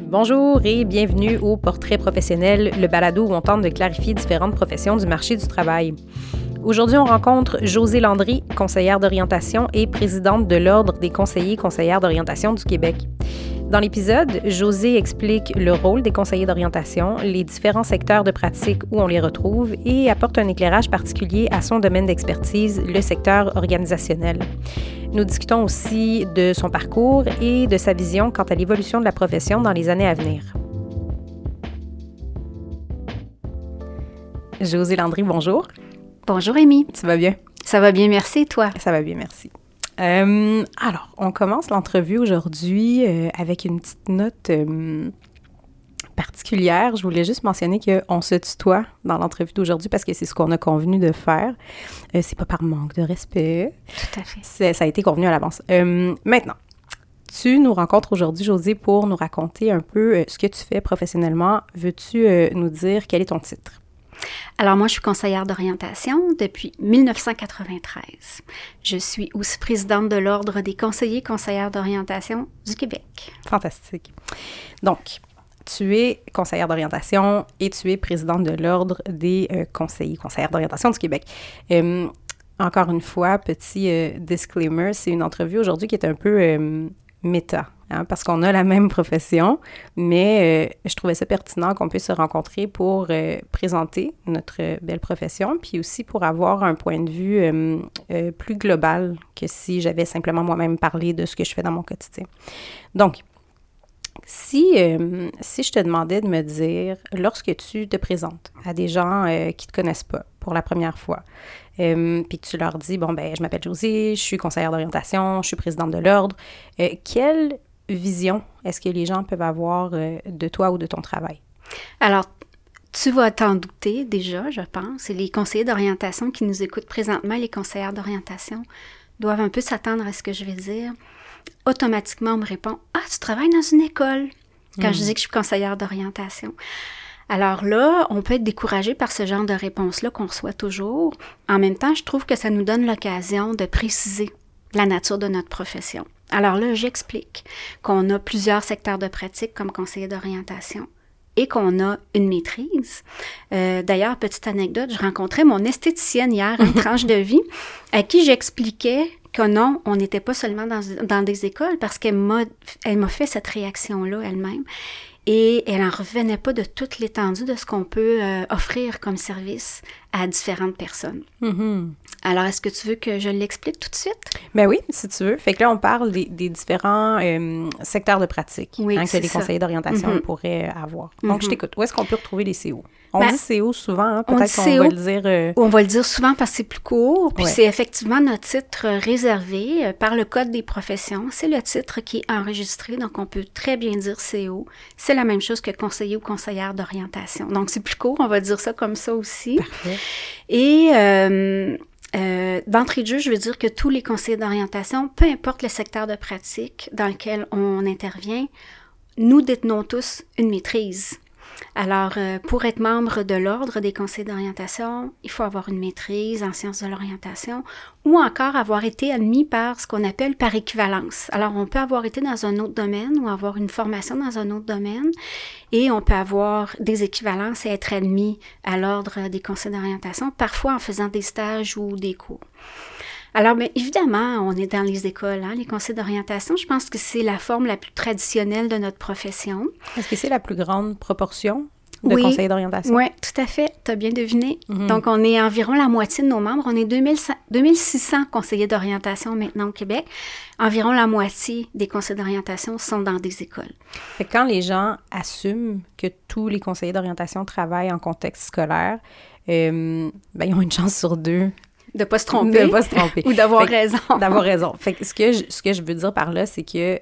Bonjour et bienvenue au Portrait professionnel, le balado où on tente de clarifier différentes professions du marché du travail. Aujourd'hui, on rencontre Josée Landry, conseillère d'orientation et présidente de l'Ordre des conseillers et conseillères d'orientation du Québec. Dans l'épisode, Josée explique le rôle des conseillers d'orientation, les différents secteurs de pratique où on les retrouve et apporte un éclairage particulier à son domaine d'expertise, le secteur organisationnel. Nous discutons aussi de son parcours et de sa vision quant à l'évolution de la profession dans les années à venir. Josée Landry, bonjour. Bonjour Amy. Tu vas bien? Ça va bien, merci. Toi? Ça va bien, merci. Alors, on commence l'entrevue aujourd'hui avec une petite note particulière. Je voulais juste mentionner qu'on se tutoie dans l'entrevue d'aujourd'hui parce que c'est ce qu'on a convenu de faire. C'est pas par manque de respect. Tout à fait. Ça a été convenu à l'avance. Maintenant, tu nous rencontres aujourd'hui, Josée, pour nous raconter un peu ce que tu fais professionnellement. Veux-tu nous dire quel est ton titre? Alors moi, je suis conseillère d'orientation depuis 1993. Je suis aussi présidente de l'Ordre des conseillers et conseillères d'orientation du Québec. Fantastique. Donc, tu es conseillère d'orientation et tu es présidente de l'Ordre des conseillers et conseillères d'orientation du Québec. Encore une fois, petit disclaimer, c'est une entrevue aujourd'hui qui est un peu méta. Hein, parce qu'on a la même profession, mais je trouvais ça pertinent qu'on puisse se rencontrer pour présenter notre belle profession, puis aussi pour avoir un point de vue plus global que si j'avais simplement moi-même parlé de ce que je fais dans mon quotidien. Donc, si je te demandais de me dire, lorsque tu te présentes à des gens qui ne te connaissent pas pour la première fois, puis que tu leur dis, bon, ben je m'appelle Josée, je suis conseillère d'orientation, je suis présidente de l'Ordre, quelle vision est-ce que les gens peuvent avoir de toi ou de ton travail? Alors, tu vas t'en douter déjà, je pense. Et les conseillers d'orientation qui nous écoutent présentement, les conseillères d'orientation, doivent un peu s'attendre à ce que je vais dire. Automatiquement, on me répond « Ah, tu travailles dans une école » quand je dis que je suis conseillère d'orientation. Alors là, on peut être découragé par ce genre de réponse-là qu'on reçoit toujours. En même temps, je trouve que ça nous donne l'occasion de préciser la nature de notre profession. Alors là, j'explique qu'on a plusieurs secteurs de pratique comme conseiller d'orientation et qu'on a une maîtrise. D'ailleurs, petite anecdote, je rencontrais mon esthéticienne hier, une tranche de vie, à qui j'expliquais que non, on n'était pas seulement dans des écoles parce qu'elle m'a fait cette réaction-là elle-même. Et elle n'en revenait pas de toute l'étendue de ce qu'on peut offrir comme service à différentes personnes. Mm-hmm. Alors, est-ce que tu veux que je l'explique tout de suite? Ben oui, si tu veux. Fait que là, on parle des différents secteurs de pratique que les conseillers d'orientation pourraient avoir. Donc, je t'écoute. Où est-ce qu'on peut retrouver les CO? On dit CO souvent, hein? Peut-être qu'on va le dire... On va le dire souvent parce que c'est plus court, puis c'est effectivement notre titre réservé par le Code des professions. C'est le titre qui est enregistré, donc on peut très bien dire CO. C'est la même chose que conseiller ou conseillère d'orientation. Donc, c'est plus court, on va dire ça comme ça aussi. Parfait. Et... d'entrée de jeu, je veux dire que tous les conseillers d'orientation, peu importe le secteur de pratique dans lequel on intervient, nous détenons tous une maîtrise. Alors, pour être membre de l'Ordre des conseillers d'orientation, il faut avoir une maîtrise en sciences de l'orientation ou encore avoir été admis par ce qu'on appelle par équivalence. Alors, on peut avoir été dans un autre domaine ou avoir une formation dans un autre domaine et on peut avoir des équivalences et être admis à l'Ordre des conseillers d'orientation, parfois en faisant des stages ou des cours. Alors, bien évidemment, on est dans les écoles, hein, les conseillers d'orientation. Je pense que c'est la forme la plus traditionnelle de notre profession. Est-ce que c'est la plus grande proportion de conseillers d'orientation? Oui, tout à fait. Tu as bien deviné. Mm-hmm. Donc, on est environ la moitié de nos membres. On est 2600 conseillers d'orientation maintenant au Québec. Environ la moitié des conseillers d'orientation sont dans des écoles. Fait que quand les gens assument que tous les conseillers d'orientation travaillent en contexte scolaire, ben, ils ont une chance sur deux de ne pas se tromper. De pas se tromper. Ou d'avoir raison. D'avoir raison. Fait que ce que je veux dire par là, c'est que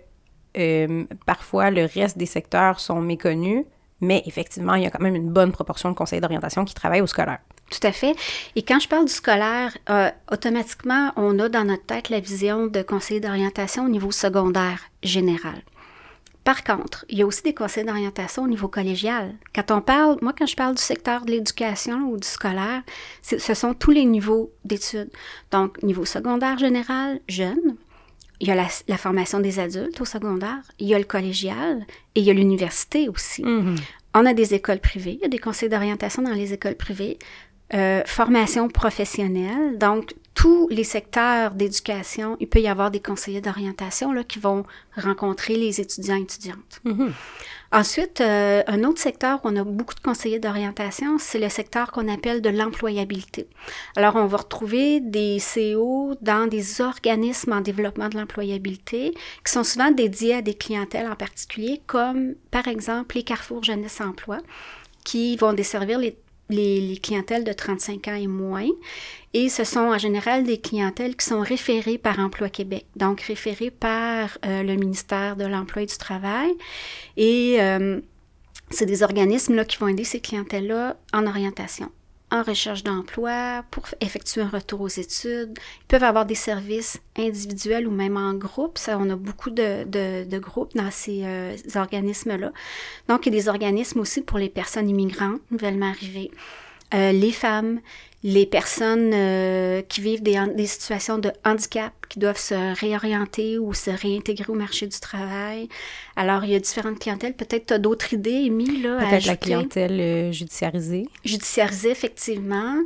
parfois, le reste des secteurs sont méconnus, mais effectivement, il y a quand même une bonne proportion de conseillers d'orientation qui travaillent au scolaire. Tout à fait. Et quand je parle du scolaire, automatiquement, on a dans notre tête la vision de conseiller d'orientation au niveau secondaire général. Par contre, il y a aussi des conseillers d'orientation au niveau collégial. Quand je parle du secteur de l'éducation ou du scolaire, ce sont tous les niveaux d'études. Donc, niveau secondaire général, jeune, il y a la formation des adultes au secondaire, il y a le collégial et il y a l'université aussi. On a des écoles privées, il y a des conseils d'orientation dans les écoles privées, formation professionnelle, donc tous les secteurs d'éducation, il peut y avoir des conseillers d'orientation là, qui vont rencontrer les étudiants et étudiantes. Ensuite, un autre secteur où on a beaucoup de conseillers d'orientation, c'est le secteur qu'on appelle de l'employabilité. Alors, on va retrouver des CO dans des organismes en développement de l'employabilité qui sont souvent dédiés à des clientèles en particulier, comme par exemple les Carrefour Jeunesse Emploi, qui vont desservir les clientèles de 35 ans et moins. Et ce sont en général des clientèles qui sont référées par Emploi Québec, donc référées par le ministère de l'Emploi et du Travail. Et c'est des organismes là, qui vont aider ces clientèles-là en orientation, en recherche d'emploi, pour effectuer un retour aux études. Ils peuvent avoir des services individuels ou même en groupe. Ça, on a beaucoup de groupes dans ces organismes-là. Donc, il y a des organismes aussi pour les personnes immigrantes nouvellement arrivées, les femmes, les personnes qui vivent des situations de handicap, qui doivent se réorienter ou se réintégrer au marché du travail. Alors, il y a différentes clientèles. Peut-être tu as d'autres idées, Émy, là, à ajouter. Peut-être la clientèle judiciarisée. Judiciarisée, effectivement.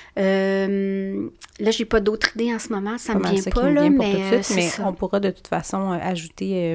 Là, j'ai pas d'autres idées en ce moment, ça me vient pas, là, mais on pourra de toute façon ajouter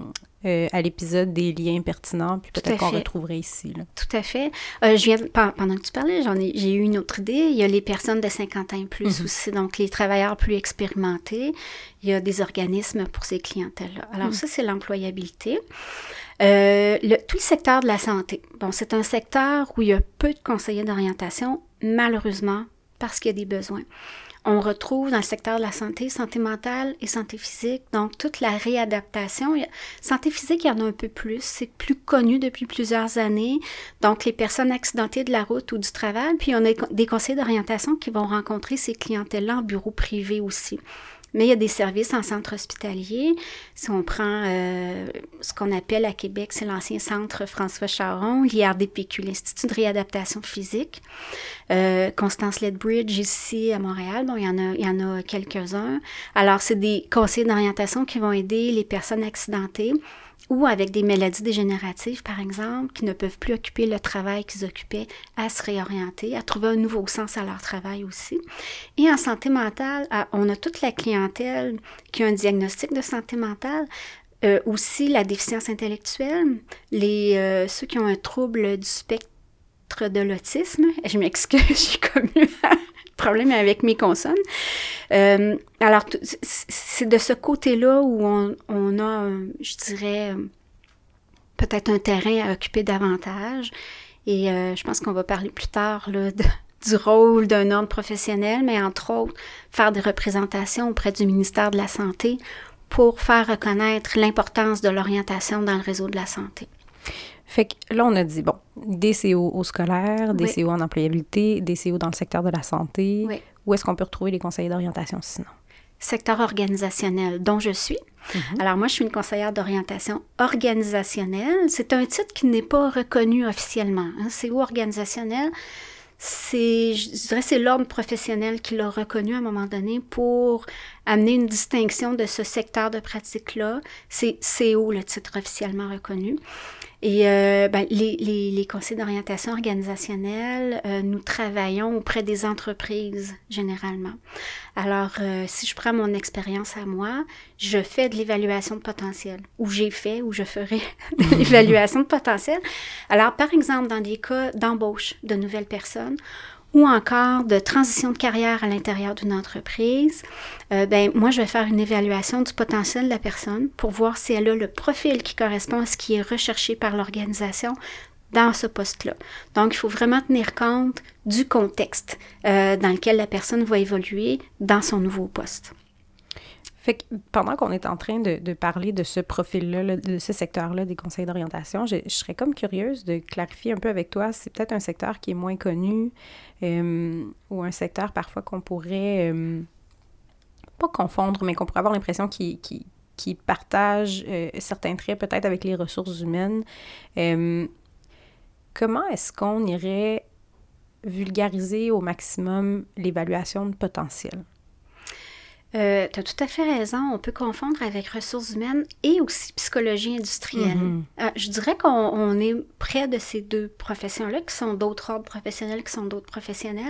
à l'épisode des liens pertinents, puis peut-être qu'on retrouverait ici. Là. Tout à fait. Pendant que tu parlais, j'ai eu une autre idée. Il y a les personnes de 50 ans et plus aussi, donc les travailleurs plus expérimentés. Il y a des organismes pour ces clientèles-là. Alors ça, c'est l'employabilité. Tout le secteur de la santé. Bon, c'est un secteur où il y a peu de conseillers d'orientation, malheureusement, parce qu'il y a des besoins. On retrouve dans le secteur de la santé mentale et santé physique, donc toute la réadaptation. Santé physique, il y en a un peu plus, c'est plus connu depuis plusieurs années. Donc, les personnes accidentées de la route ou du travail, puis on a des conseillers d'orientation qui vont rencontrer ces clientèles-là en bureau privé aussi. Mais il y a des services en centre hospitalier. Si on prend ce qu'on appelle à Québec, c'est l'ancien centre François Charon, l'IRDPQ, l'Institut de réadaptation physique. Constance Lethbridge, ici à Montréal, bon, il y en a quelques-uns. Alors, c'est des conseillers d'orientation qui vont aider les personnes accidentées ou avec des maladies dégénératives, par exemple, qui ne peuvent plus occuper le travail qu'ils occupaient, à se réorienter, à trouver un nouveau sens à leur travail aussi. Et en santé mentale, on a toute la clientèle qui a un diagnostic de santé mentale, aussi la déficience intellectuelle, ceux qui ont un trouble du spectre de l'autisme. Je m'excuse, j'ai comme eu problème avec mes consonnes. Alors, c'est de ce côté-là où on a, je dirais, peut-être un terrain à occuper davantage. Et je pense qu'on va parler plus tard là, du rôle d'un ordre professionnel, mais entre autres, faire des représentations auprès du ministère de la Santé pour faire reconnaître l'importance de l'orientation dans le réseau de la santé. Fait que là, on a dit, bon, des CO au scolaire, des CO en employabilité, des CO dans le secteur de la santé. Oui. Où est-ce qu'on peut retrouver les conseillers d'orientation sinon? Secteur organisationnel dont je suis. Alors moi, je suis une conseillère d'orientation organisationnelle. C'est un titre qui n'est pas reconnu officiellement. CO organisationnel, je dirais c'est l'ordre professionnel qui l'a reconnu à un moment donné pour amener une distinction de ce secteur de pratique-là. C'est CO, le titre officiellement reconnu. Et les conseils d'orientation organisationnelle, nous travaillons auprès des entreprises généralement. Alors, si je prends mon expérience à moi, je fais de l'évaluation de potentiel, ou j'ai fait, ou je ferai de l'évaluation de potentiel. Alors, par exemple, dans des cas d'embauche de nouvelles personnes, ou encore de transition de carrière à l'intérieur d'une entreprise, moi, je vais faire une évaluation du potentiel de la personne pour voir si elle a le profil qui correspond à ce qui est recherché par l'organisation dans ce poste-là. Donc, il faut vraiment tenir compte du contexte dans lequel la personne va évoluer dans son nouveau poste. Fait que pendant qu'on est en train de parler de ce profil-là, de ce secteur-là des conseils d'orientation, je serais comme curieuse de clarifier un peu avec toi, c'est peut-être un secteur qui est moins connu ou un secteur parfois qu'on pourrait pas confondre, mais qu'on pourrait avoir l'impression qui partage certains traits peut-être avec les ressources humaines. Comment est-ce qu'on irait vulgariser au maximum l'évaluation de potentiel? Tu as tout à fait raison. On peut confondre avec ressources humaines et aussi psychologie industrielle. Je dirais qu'on est près de ces deux professions-là, qui sont d'autres ordres professionnels, qui sont d'autres professionnels.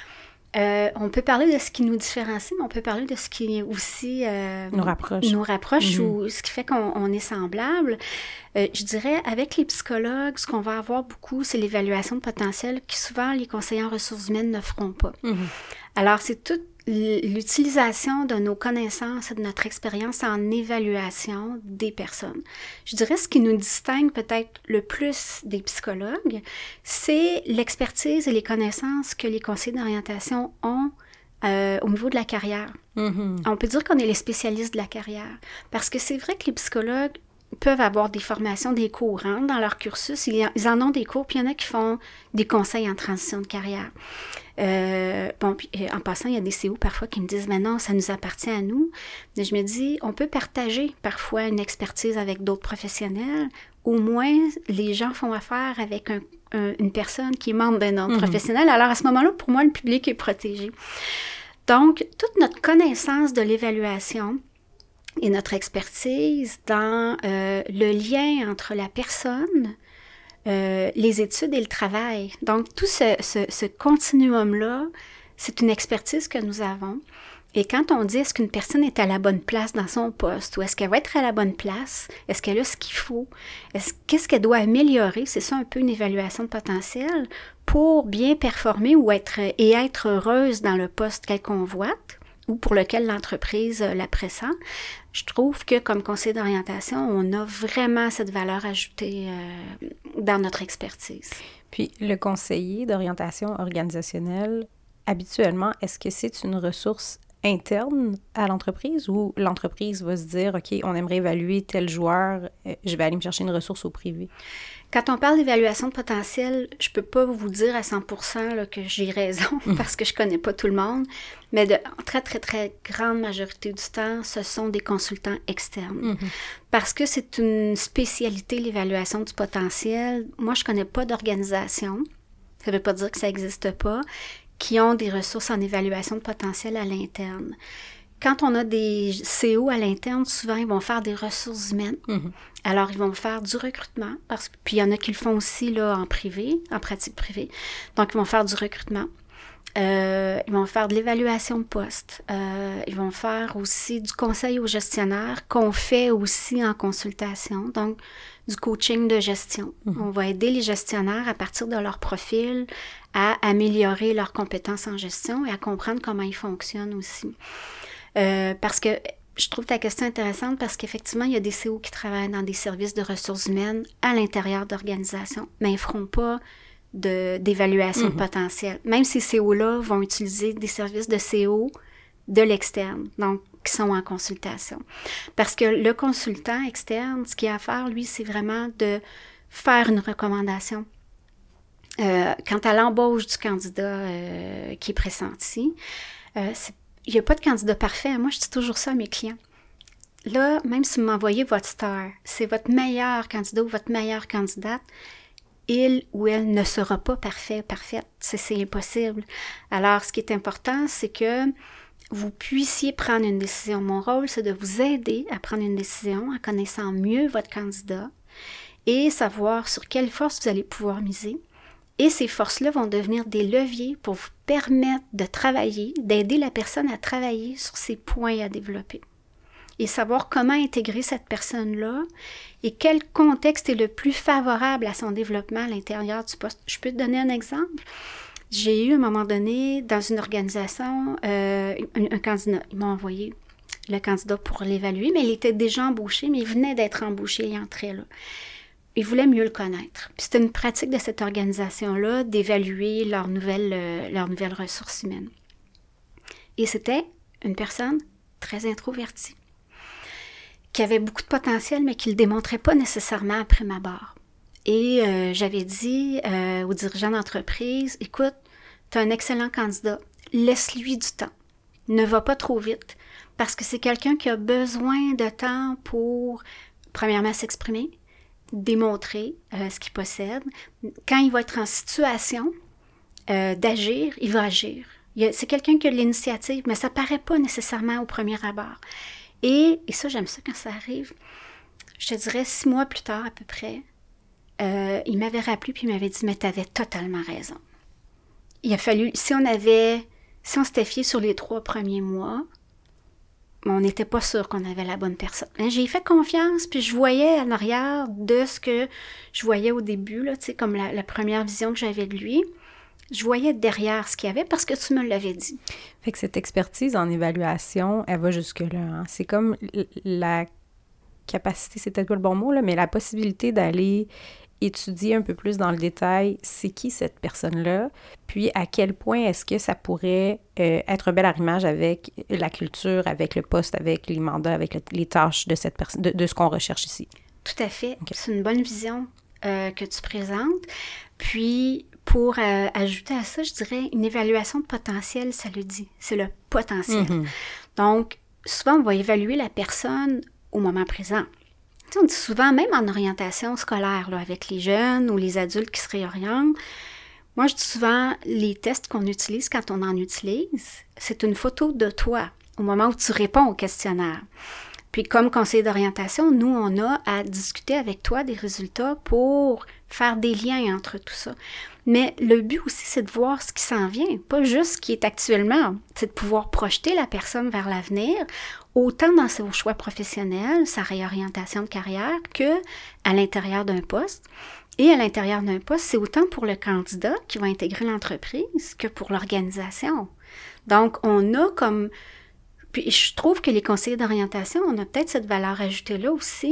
On peut parler de ce qui nous différencie, mais on peut parler de ce qui aussi nous rapproche ou ce qui fait qu'on est semblable. Je dirais, avec les psychologues, ce qu'on va avoir beaucoup, c'est l'évaluation de potentiel qui souvent les conseillers en ressources humaines ne feront pas. Alors, c'est toute l'utilisation de nos connaissances et de notre expérience en évaluation des personnes. Je dirais ce qui nous distingue peut-être le plus des psychologues, c'est l'expertise et les connaissances que les conseillers d'orientation ont au niveau de la carrière. On peut dire qu'on est les spécialistes de la carrière, parce que c'est vrai que les psychologues peuvent avoir des formations, des cours dans leur cursus. Ils en ont des cours, puis il y en a qui font des conseils en transition de carrière. Puis, en passant, il y a des CO parfois qui me disent « Mais non, ça nous appartient à nous. » Mais je me dis, on peut partager parfois une expertise avec d'autres professionnels. Au moins, les gens font affaire avec une personne qui est membre d'un ordre professionnel. Alors, à ce moment-là, pour moi, le public est protégé. Donc, toute notre connaissance de l'évaluation et notre expertise dans le lien entre la personne, les études et le travail. Donc, tout ce continuum-là, c'est une expertise que nous avons. Et quand on dit est-ce qu'une personne est à la bonne place dans son poste ou est-ce qu'elle va être à la bonne place, est-ce qu'elle a ce qu'il faut, qu'est-ce qu'elle doit améliorer, c'est ça un peu une évaluation de potentiel pour bien performer ou être heureuse dans le poste qu'elle convoite ou pour lequel l'entreprise la pressent. Je trouve que comme conseiller d'orientation, on a vraiment cette valeur ajoutée dans notre expertise. Puis le conseiller d'orientation organisationnelle, habituellement, est-ce que c'est une ressource interne à l'entreprise ou l'entreprise va se dire « OK, on aimerait évaluer tel joueur, je vais aller me chercher une ressource au privé ». Quand on parle d'évaluation de potentiel, je ne peux pas vous dire à 100% là, que j'ai raison parce que je ne connais pas tout le monde, mais en très, très, très grande majorité du temps, ce sont des consultants externes. Parce que c'est une spécialité, l'évaluation du potentiel. Moi, je ne connais pas d'organisation, ça ne veut pas dire que ça n'existe pas, qui ont des ressources en évaluation de potentiel à l'interne. Quand on a des CO à l'interne, souvent, ils vont faire des ressources humaines. Alors, ils vont faire du recrutement, puis il y en a qui le font aussi là, en privé, en pratique privée. Donc, ils vont faire du recrutement. Ils vont faire de l'évaluation de poste. Ils vont faire aussi du conseil aux gestionnaires qu'on fait aussi en consultation. Donc, du coaching de gestion. On va aider les gestionnaires à partir de leur profil à améliorer leurs compétences en gestion et à comprendre comment ils fonctionnent aussi. Parce que je trouve ta question intéressante parce qu'effectivement, il y a des CO qui travaillent dans des services de ressources humaines à l'intérieur d'organisations, mais ils ne feront pas d'évaluation de potentiel. Même ces CO-là vont utiliser des services de CO de l'externe, donc qui sont en consultation. Parce que le consultant externe, ce qu'il a à faire, lui, c'est vraiment de faire une recommandation. Quant à l'embauche du candidat qui est pressenti, il n'y a pas de candidat parfait. Moi, je dis toujours ça à mes clients. Là, même si vous m'envoyez votre star, c'est votre meilleur candidat ou votre meilleure candidate, il ou elle ne sera pas parfaite. C'est impossible. Alors, ce qui est important, c'est que vous puissiez prendre une décision. Mon rôle, c'est de vous aider à prendre une décision en connaissant mieux votre candidat et savoir sur quelle force vous allez pouvoir miser. Et ces forces-là vont devenir des leviers pour vous permettre de travailler, d'aider la personne à travailler sur ses points à développer. Et savoir comment intégrer cette personne-là et quel contexte est le plus favorable à son développement à l'intérieur du poste. Je peux te donner un exemple. J'ai eu à un moment donné, dans une organisation, un candidat. Ils m'ont envoyé le candidat pour l'évaluer, mais il était déjà embauché, mais il venait d'être embauché, il entrait là. Ils voulaient mieux le connaître. Puis c'était une pratique de cette organisation-là d'évaluer leurs nouvelles ressources humaines. Et c'était une personne très introvertie, qui avait beaucoup de potentiel, mais qui ne le démontrait pas nécessairement après ma barre. Et j'avais dit aux dirigeants d'entreprise, écoute, tu as un excellent candidat, laisse-lui du temps. Ne va pas trop vite, parce que c'est quelqu'un qui a besoin de temps pour, premièrement, s'exprimer, démontrer ce qu'il possède. Quand il va être en situation d'agir, il va agir. C'est quelqu'un qui a de l'initiative, mais ça paraît pas nécessairement au premier abord. Et ça, j'aime ça quand ça arrive. Je te dirais 6 mois plus tard à peu près, il m'avait rappelé puis il m'avait dit « Mais t'avais totalement raison. » Il a fallu, si on s'était fié sur les 3 premiers mois, on n'était pas sûr qu'on avait la bonne personne. Hein, j'ai fait confiance, puis je voyais en arrière de ce que je voyais au début, là, tu sais, comme la première vision que j'avais de lui. Je voyais derrière ce qu'il y avait parce que tu me l'avais dit. Fait que cette expertise en évaluation, elle va jusque-là. Hein? C'est comme la capacité, c'est peut-être pas le bon mot, là, mais la possibilité d'aller étudier un peu plus dans le détail c'est qui cette personne-là, puis à quel point est-ce que ça pourrait être un bel arrimage avec la culture, avec le poste, avec les mandats, avec les tâches de cette personne, de ce qu'on recherche ici. Tout à fait. Okay. C'est une bonne vision que tu présentes. Puis, pour ajouter à ça, je dirais une évaluation de potentiel, ça le dit. C'est le potentiel. Mm-hmm. Donc, souvent, on va évaluer la personne au moment présent. Tu sais, on dit souvent, même en orientation scolaire, là, avec les jeunes ou les adultes qui se réorientent, moi, je dis souvent, les tests qu'on utilise quand on en utilise, c'est une photo de toi au moment où tu réponds au questionnaire. Puis, comme conseiller d'orientation, nous, on a à discuter avec toi des résultats pour faire des liens entre tout ça. Mais le but aussi, c'est de voir ce qui s'en vient, pas juste ce qui est actuellement. C'est de pouvoir projeter la personne vers l'avenir, autant dans ses choix professionnels, sa réorientation de carrière, que à l'intérieur d'un poste. Et à l'intérieur d'un poste, c'est autant pour le candidat qui va intégrer l'entreprise que pour l'organisation. Donc, on a comme... Puis je trouve que les conseillers d'orientation, on a peut-être cette valeur ajoutée-là aussi,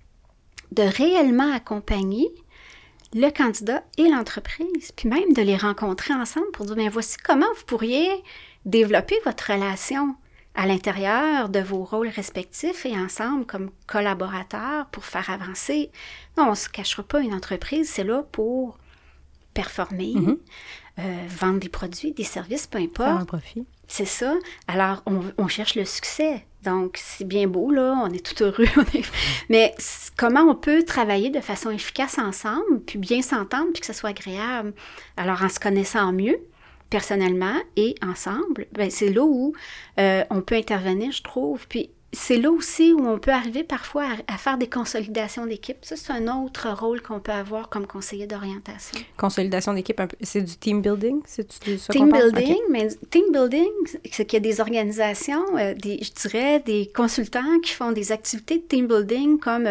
de réellement accompagner le candidat et l'entreprise, puis même de les rencontrer ensemble pour dire, bien, voici comment vous pourriez développer votre relation à l'intérieur de vos rôles respectifs et ensemble comme collaborateurs pour faire avancer. Non, on ne se cachera pas, une entreprise, c'est là pour performer, vendre des produits, des services, peu importe. Faire un profit. C'est ça. Alors, on cherche le succès. Donc, c'est bien beau, là, on est tout heureux. Mais comment on peut travailler de façon efficace ensemble, puis bien s'entendre, puis que ce soit agréable? Alors, en se connaissant mieux, personnellement et ensemble, bien, c'est là où on peut intervenir, je trouve. Puis, c'est là aussi où on peut arriver parfois à faire des consolidations d'équipe. Ça, c'est un autre rôle qu'on peut avoir comme conseiller d'orientation. Consolidation d'équipe, un peu, c'est du team building? C'est ça team qu'on parle? Building, Okay. Mais team building, c'est qu'il y a des organisations, je dirais, des consultants qui font des activités de team building comme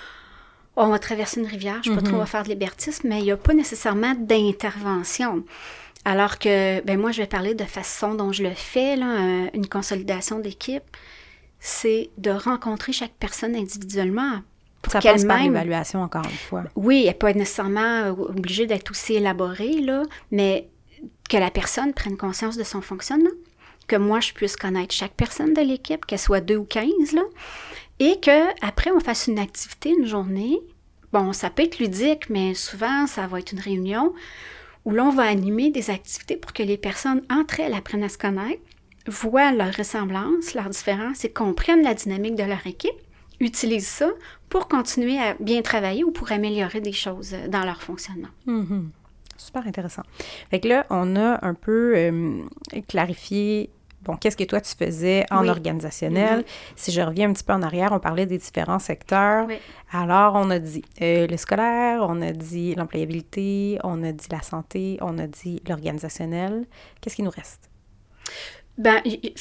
on va traverser une rivière, je ne sais pas trop, on va faire de l'hébertisme, mais il n'y a pas nécessairement d'intervention. Alors que, ben moi, je vais parler de façon dont je le fais, là, une consolidation d'équipe. C'est de rencontrer chaque personne individuellement. Ça passe par l'évaluation, encore une fois. Oui, elle n'est pas nécessairement obligée d'être aussi élaborée, là, mais que la personne prenne conscience de son fonctionnement, que moi, je puisse connaître chaque personne de l'équipe, qu'elle soit 2 ou 15, là, et qu'après, on fasse une activité, une journée. Bon, ça peut être ludique, mais souvent, ça va être une réunion où l'on va animer des activités pour que les personnes, entre elles, apprennent à se connaître, voient leur ressemblance, leur différence et comprennent la dynamique de leur équipe, utilisent ça pour continuer à bien travailler ou pour améliorer des choses dans leur fonctionnement. Mm-hmm. Super intéressant. Fait que là, on a un peu clarifié, bon, qu'est-ce que toi tu faisais en organisationnel. Mm-hmm. Si je reviens un petit peu en arrière, on parlait des différents secteurs. Oui. Alors, on a dit le scolaire, on a dit l'employabilité, on a dit la santé, on a dit l'organisationnel. Qu'est-ce qui nous reste? Ben,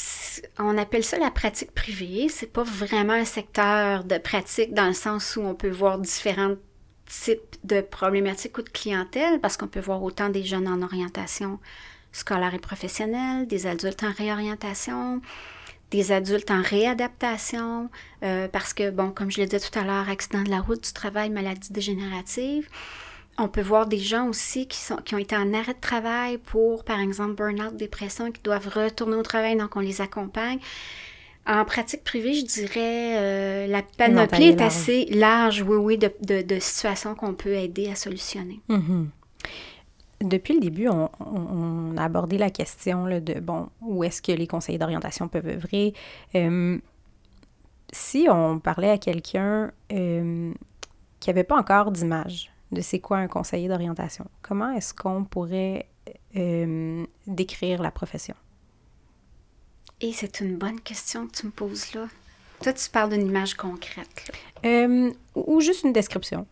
on appelle ça la pratique privée. C'est pas vraiment un secteur de pratique dans le sens où on peut voir différents types de problématiques ou de clientèle, parce qu'on peut voir autant des jeunes en orientation scolaire et professionnelle, des adultes en réorientation, des adultes en réadaptation, parce que, bon, comme je le disais tout à l'heure, accident de la route, du travail, maladie dégénérative. On peut voir des gens aussi qui ont été en arrêt de travail pour, par exemple, burn-out, dépression, qui doivent retourner au travail, donc on les accompagne. En pratique privée, je dirais, la panoplie est assez large, oui, de situations qu'on peut aider à solutionner. Mm-hmm. Depuis le début, on a abordé la question là, de, bon, où est-ce que les conseillers d'orientation peuvent œuvrer. Si on parlait à quelqu'un qui n'avait pas encore d'image de c'est quoi un conseiller d'orientation, comment est-ce qu'on pourrait décrire la profession? Et c'est une bonne question que tu me poses là. Toi, tu parles d'une image concrète, Ou juste une description.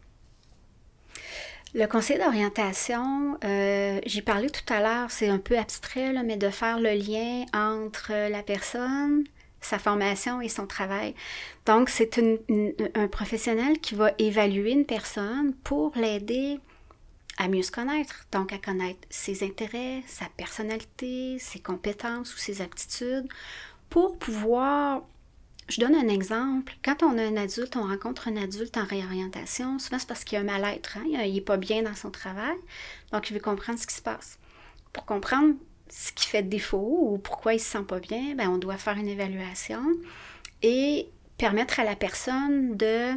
Le conseil d'orientation, j'ai parlé tout à l'heure, c'est un peu abstrait, là, mais de faire le lien entre la personne, sa formation et son travail. Donc, c'est un professionnel qui va évaluer une personne pour l'aider à mieux se connaître. Donc, à connaître ses intérêts, sa personnalité, ses compétences ou ses aptitudes, pour pouvoir... Je donne un exemple. Quand on a un adulte, on rencontre un adulte en réorientation, souvent c'est parce qu'il y a un mal-être, hein? Il n'est pas bien dans son travail, donc il veut comprendre ce qui se passe. Pour comprendre ce qui fait défaut ou pourquoi il ne se sent pas bien, on doit faire une évaluation et permettre à la personne de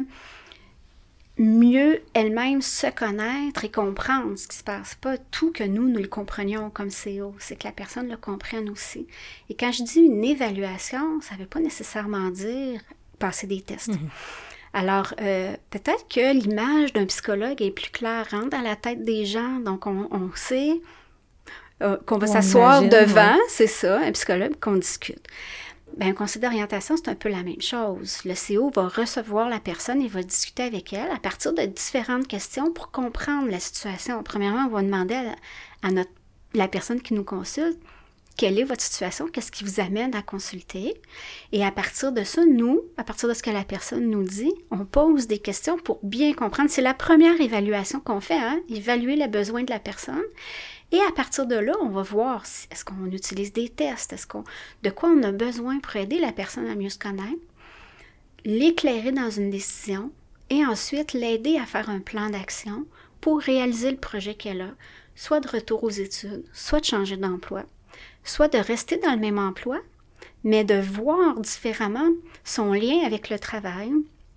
mieux elle-même se connaître et comprendre ce qui se passe. Pas tout que nous le comprenions comme CO, c'est que la personne le comprenne aussi. Et quand je dis une évaluation, ça ne veut pas nécessairement dire passer des tests. Alors, peut-être que l'image d'un psychologue est plus claire dans la tête des gens. Donc, on sait qu'on va s'asseoir devant, c'est ça, un psychologue, qu'on discute. Un conseil d'orientation, c'est un peu la même chose. Le CO va recevoir la personne et va discuter avec elle à partir de différentes questions pour comprendre la situation. Premièrement, on va demander à la personne qui nous consulte quelle est votre situation, qu'est-ce qui vous amène à consulter. Et à partir de ça, à partir de ce que la personne nous dit, on pose des questions pour bien comprendre. C'est la première évaluation qu'on fait, évaluer les besoins de la personne. Et à partir de là, on va voir est-ce qu'on utilise des tests, de quoi on a besoin pour aider la personne à mieux se connaître, l'éclairer dans une décision et ensuite l'aider à faire un plan d'action pour réaliser le projet qu'elle a, soit de retour aux études, soit de changer d'emploi, soit de rester dans le même emploi, mais de voir différemment son lien avec le travail,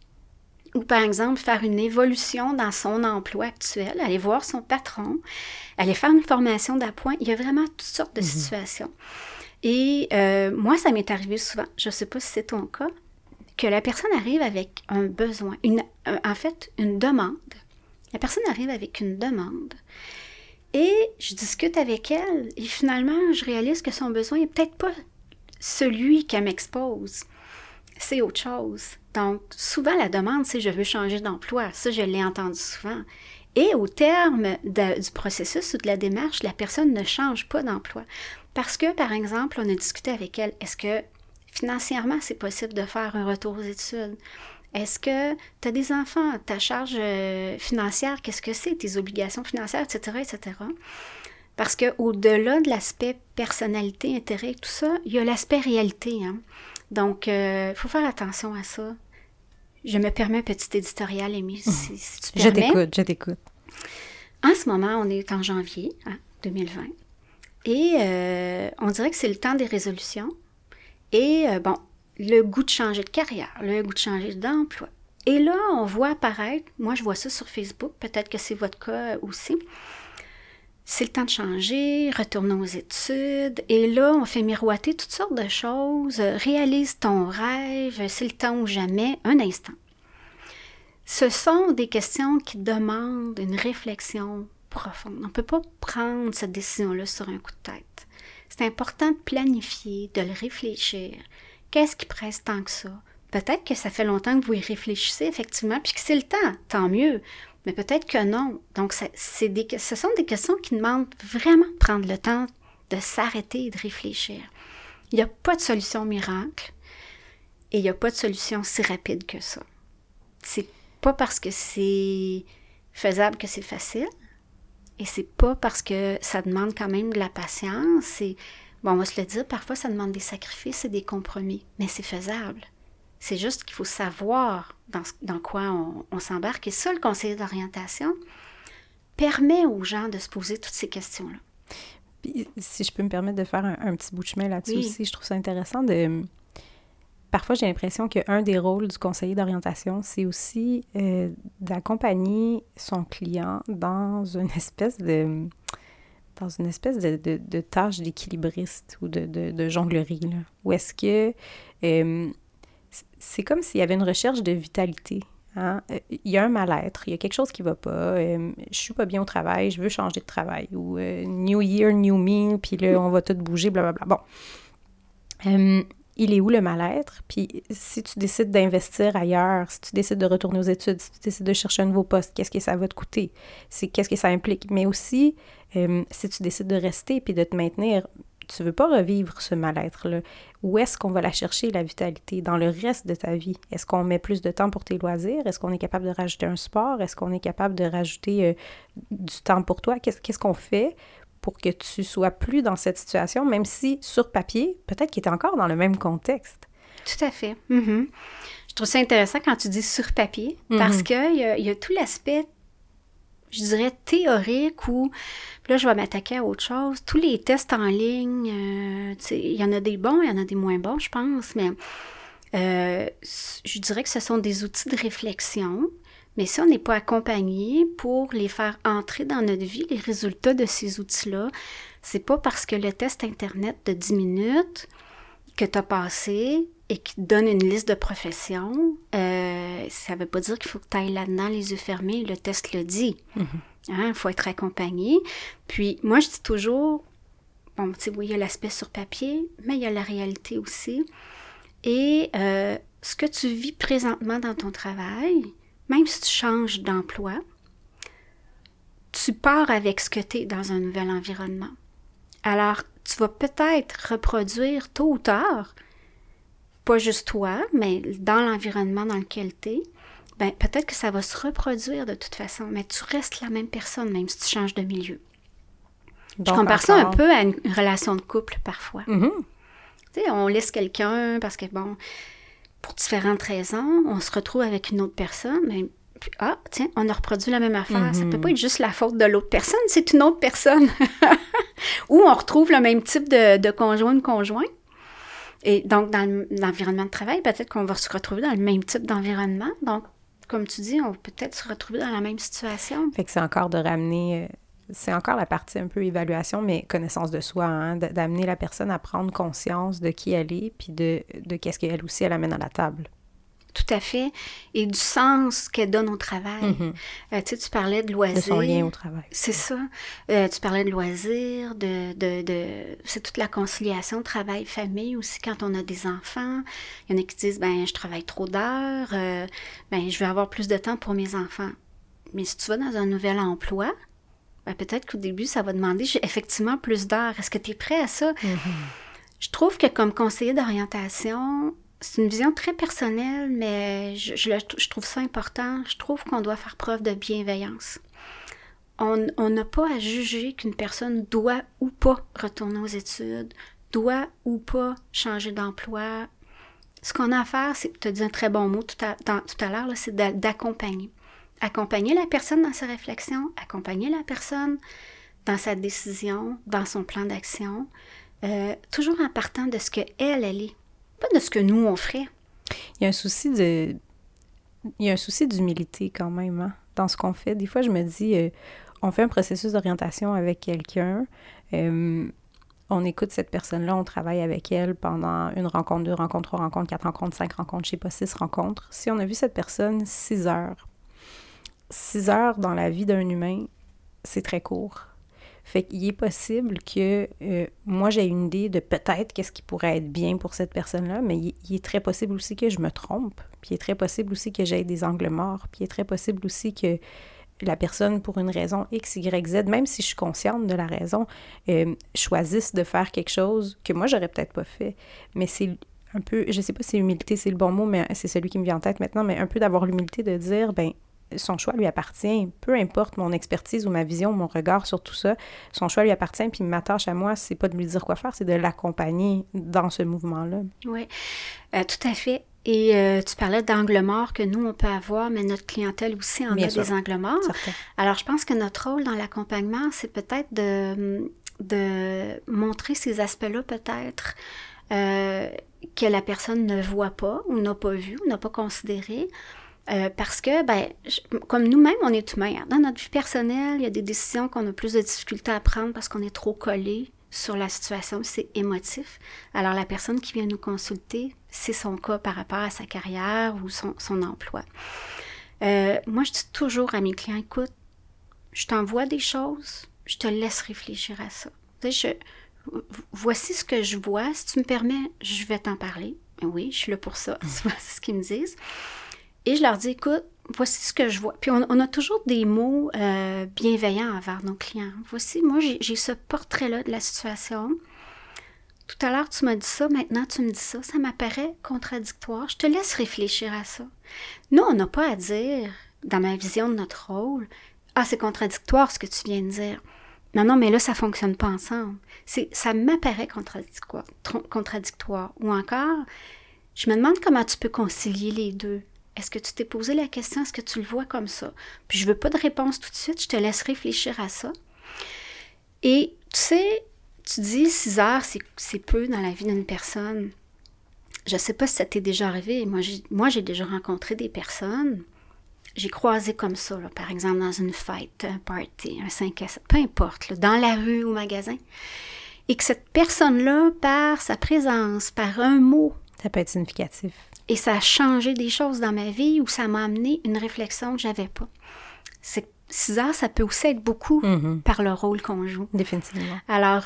ou par exemple faire une évolution dans son emploi actuel, aller voir son patron, aller faire une formation d'appoint. Il y a vraiment toutes sortes de situations. Et moi, ça m'est arrivé souvent, je ne sais pas si c'est ton cas, que la personne arrive avec un besoin, en fait, une demande. La personne arrive avec une demande. Et je discute avec elle et finalement, je réalise que son besoin n'est peut-être pas celui qu'elle m'expose. C'est autre chose. Donc, souvent, la demande, c'est « je veux changer d'emploi ». Ça, je l'ai entendu souvent. Et au terme du processus ou de la démarche, la personne ne change pas d'emploi. Parce que, par exemple, on a discuté avec elle, est-ce que financièrement, c'est possible de faire un retour aux études? Est-ce que tu as des enfants, ta charge financière, qu'est-ce que c'est, tes obligations financières, etc., etc. Parce qu'au-delà de l'aspect personnalité, intérêt, tout ça, il y a l'aspect réalité. Donc, il faut faire attention à ça. Je me permets un petit éditorial, Amy, si tu permets. Je t'écoute. En ce moment, on est en janvier 2020. Et on dirait que c'est le temps des résolutions. Et le goût de changer de carrière, le goût de changer d'emploi. Et là, on voit apparaître, moi je vois ça sur Facebook, peut-être que c'est votre cas aussi, c'est le temps de changer, retourner aux études, et là, on fait miroiter toutes sortes de choses, réalise ton rêve, c'est le temps ou jamais, un instant. Ce sont des questions qui demandent une réflexion profonde. On ne peut pas prendre cette décision-là sur un coup de tête. C'est important de planifier, de le réfléchir. Qu'est-ce qui presse tant que ça? Peut-être que ça fait longtemps que vous y réfléchissez, effectivement, puis que c'est le temps, tant mieux. Mais peut-être que non. Donc, ce sont des questions qui demandent vraiment de prendre le temps de s'arrêter et de réfléchir. Il n'y a pas de solution miracle et il n'y a pas de solution si rapide que ça. C'est pas parce que c'est faisable que c'est facile et c'est pas parce que ça demande quand même de la patience. On va se le dire, parfois ça demande des sacrifices et des compromis, mais c'est faisable. C'est juste qu'il faut savoir dans quoi on s'embarque. Et ça, le conseiller d'orientation permet aux gens de se poser toutes ces questions-là. Puis, si je peux me permettre de faire un petit bout de chemin là-dessus aussi, je trouve ça intéressant Parfois, j'ai l'impression qu'un des rôles du conseiller d'orientation, c'est aussi d'accompagner son client dans une espèce de tâche d'équilibriste ou de jonglerie, là. Où est-ce que c'est comme s'il y avait une recherche de vitalité. Il y a un mal-être, il y a quelque chose qui va pas, je suis pas bien au travail, je veux changer de travail, ou New Year, New Me, puis là, on va tout bouger, blablabla. Bon. Il est où le mal-être? Puis si tu décides d'investir ailleurs, si tu décides de retourner aux études, si tu décides de chercher un nouveau poste, qu'est-ce que ça va te coûter? Qu'est-ce que ça implique? Mais aussi, si tu décides de rester puis de te maintenir, tu veux pas revivre ce mal-être-là. Où est-ce qu'on va la chercher, la vitalité, dans le reste de ta vie? Est-ce qu'on met plus de temps pour tes loisirs? Est-ce qu'on est capable de rajouter un sport? Est-ce qu'on est capable de rajouter du temps pour toi? Qu'est-ce qu'on fait pour que tu sois plus dans cette situation, même si, sur papier, peut-être qu'il est encore dans le même contexte? Tout à fait. Mm-hmm. Je trouve ça intéressant quand tu dis sur papier, parce qu'il y a tout l'aspect, je dirais, théorique où, puis là, je vais m'attaquer à autre chose. Tous les tests en ligne, il y en a des bons, il y en a des moins bons, je pense, mais je dirais que ce sont des outils de réflexion, mais si on n'est pas accompagné pour les faire entrer dans notre vie, les résultats de ces outils-là, c'est pas parce que le test Internet de 10 minutes que tu as passé et qui te donne une liste de professions, ça ne veut pas dire qu'il faut que tu ailles là-dedans les yeux fermés, le test le dit. Il faut être accompagné. Puis moi, je dis toujours, bon, tu sais, oui, il y a l'aspect sur papier, mais il y a la réalité aussi. Et ce que tu vis présentement dans ton travail, même si tu changes d'emploi, tu pars avec ce que tu es dans un nouvel environnement. Alors, tu vas peut-être reproduire tôt ou tard, pas juste toi, mais dans l'environnement dans lequel tu es, ben, peut-être que ça va se reproduire de toute façon, mais tu restes la même personne, même si tu changes de milieu. Donc, je compare ça un peu à une relation de couple, parfois. Tu sais, on laisse quelqu'un parce que, bon, pour différentes raisons, on se retrouve avec une autre personne, mais puis, tiens, on a reproduit la même affaire. Ça peut pas être juste la faute de l'autre personne, c'est une autre personne. Ou on retrouve le même type de conjoint. Et donc, dans l'environnement de travail, peut-être qu'on va se retrouver dans le même type d'environnement. Donc, comme tu dis, on va peut-être se retrouver dans la même situation. Fait que c'est encore de ramener... c'est encore la partie un peu évaluation, mais connaissance de soi, hein, d'amener la personne à prendre conscience de qui elle est, puis de qu'est-ce qu'elle aussi, elle amène à la table. Tout à fait. Et du sens qu'elle donne au travail. Tu sais, tu parlais de loisirs. De son lien au travail. C'est ça. Tu parlais de loisirs, c'est toute la conciliation travail-famille aussi quand on a des enfants. Il y en a qui disent, ben je travaille trop d'heures, ben je vais avoir plus de temps pour mes enfants. Mais si tu vas dans un nouvel emploi, ben, peut-être qu'au début, ça va demander effectivement plus d'heures. Est-ce que tu es prêt à ça? Je trouve que comme conseiller d'orientation, c'est une vision très personnelle, mais je trouve ça important. Je trouve qu'on doit faire preuve de bienveillance. On n'a pas à juger qu'une personne doit ou pas retourner aux études, doit ou pas changer d'emploi. Ce qu'on a à faire, c'est, tu as dit un très bon mot tout à l'heure, là, c'est d'accompagner. Accompagner la personne dans ses réflexions, accompagner la personne dans sa décision, dans son plan d'action, toujours en partant de ce qu'elle est. Pas de ce que nous, on ferait. Il y a un souci d'humilité quand même, hein, dans ce qu'on fait. Des fois, je me dis, on fait un processus d'orientation avec quelqu'un, on écoute cette personne-là, on travaille avec elle pendant 1 rencontre, 2 rencontres, 3 rencontres, 4 rencontres, 5 rencontres, je sais pas, 6 rencontres. Si on a vu cette personne 6 heures, 6 heures dans la vie d'un humain, c'est très court. Fait qu'il est possible que moi, j'ai une idée de peut-être qu'est-ce qui pourrait être bien pour cette personne-là, mais il est très possible aussi que je me trompe, puis il est très possible aussi que j'aie des angles morts, puis il est très possible aussi que la personne, pour une raison X, Y, Z, même si je suis consciente de la raison, choisisse de faire quelque chose que moi, j'aurais peut-être pas fait. Mais c'est un peu, je sais pas si humilité, c'est le bon mot, mais c'est celui qui me vient en tête maintenant, mais un peu d'avoir l'humilité de dire, ben son choix lui appartient, peu importe mon expertise ou ma vision, mon regard sur tout ça, son choix lui appartient, puis ma tâche à moi, c'est pas de lui dire quoi faire, c'est de l'accompagner dans ce mouvement-là. Oui, tout à fait. Et tu parlais d'angles morts que nous, on peut avoir, mais notre clientèle aussi en a des angles morts. Certain. Alors, je pense que notre rôle dans l'accompagnement, c'est peut-être de montrer ces aspects-là, peut-être, que la personne ne voit pas, ou n'a pas vu, ou n'a pas considéré. Parce que, comme nous-mêmes, on est humains. Hein. Dans notre vie personnelle, il y a des décisions qu'on a plus de difficultés à prendre parce qu'on est trop collé sur la situation, c'est émotif. Alors, la personne qui vient nous consulter, c'est son cas par rapport à sa carrière ou son emploi. Moi, je dis toujours à mes clients, écoute, je t'envoie des choses, je te laisse réfléchir à ça. Tu sais, voici ce que je vois, si tu me permets, je vais t'en parler. Oui, je suis là pour ça, c'est ce qu'ils me disent. Et je leur dis, écoute, voici ce que je vois. Puis on a toujours des mots bienveillants envers nos clients. Voici, moi, j'ai ce portrait-là de la situation. Tout à l'heure, tu m'as dit ça, maintenant tu me dis ça. Ça m'apparaît contradictoire. Je te laisse réfléchir à ça. Nous, on n'a pas à dire, dans ma vision de notre rôle, « Ah, c'est contradictoire ce que tu viens de dire. » Non, mais là, ça ne fonctionne pas ensemble. Ça m'apparaît contradictoire. Ou encore, je me demande comment tu peux concilier les deux. Est-ce que tu t'es posé la question? Est-ce que tu le vois comme ça? Puis je ne veux pas de réponse tout de suite. Je te laisse réfléchir à ça. Et tu sais, tu dis 6 heures, c'est peu dans la vie d'une personne. Je ne sais pas si ça t'est déjà arrivé. Moi, j'ai déjà rencontré des personnes. J'ai croisé comme ça, là, par exemple, dans une fête, un party, un 5 à 7, peu importe, là, dans la rue ou au magasin. Et que cette personne-là, par sa présence, par un mot... Ça peut être significatif. Et ça a changé des choses dans ma vie ou ça m'a amené une réflexion que je n'avais pas. 6 heures, ça peut aussi être beaucoup par le rôle qu'on joue. Définitivement. Alors,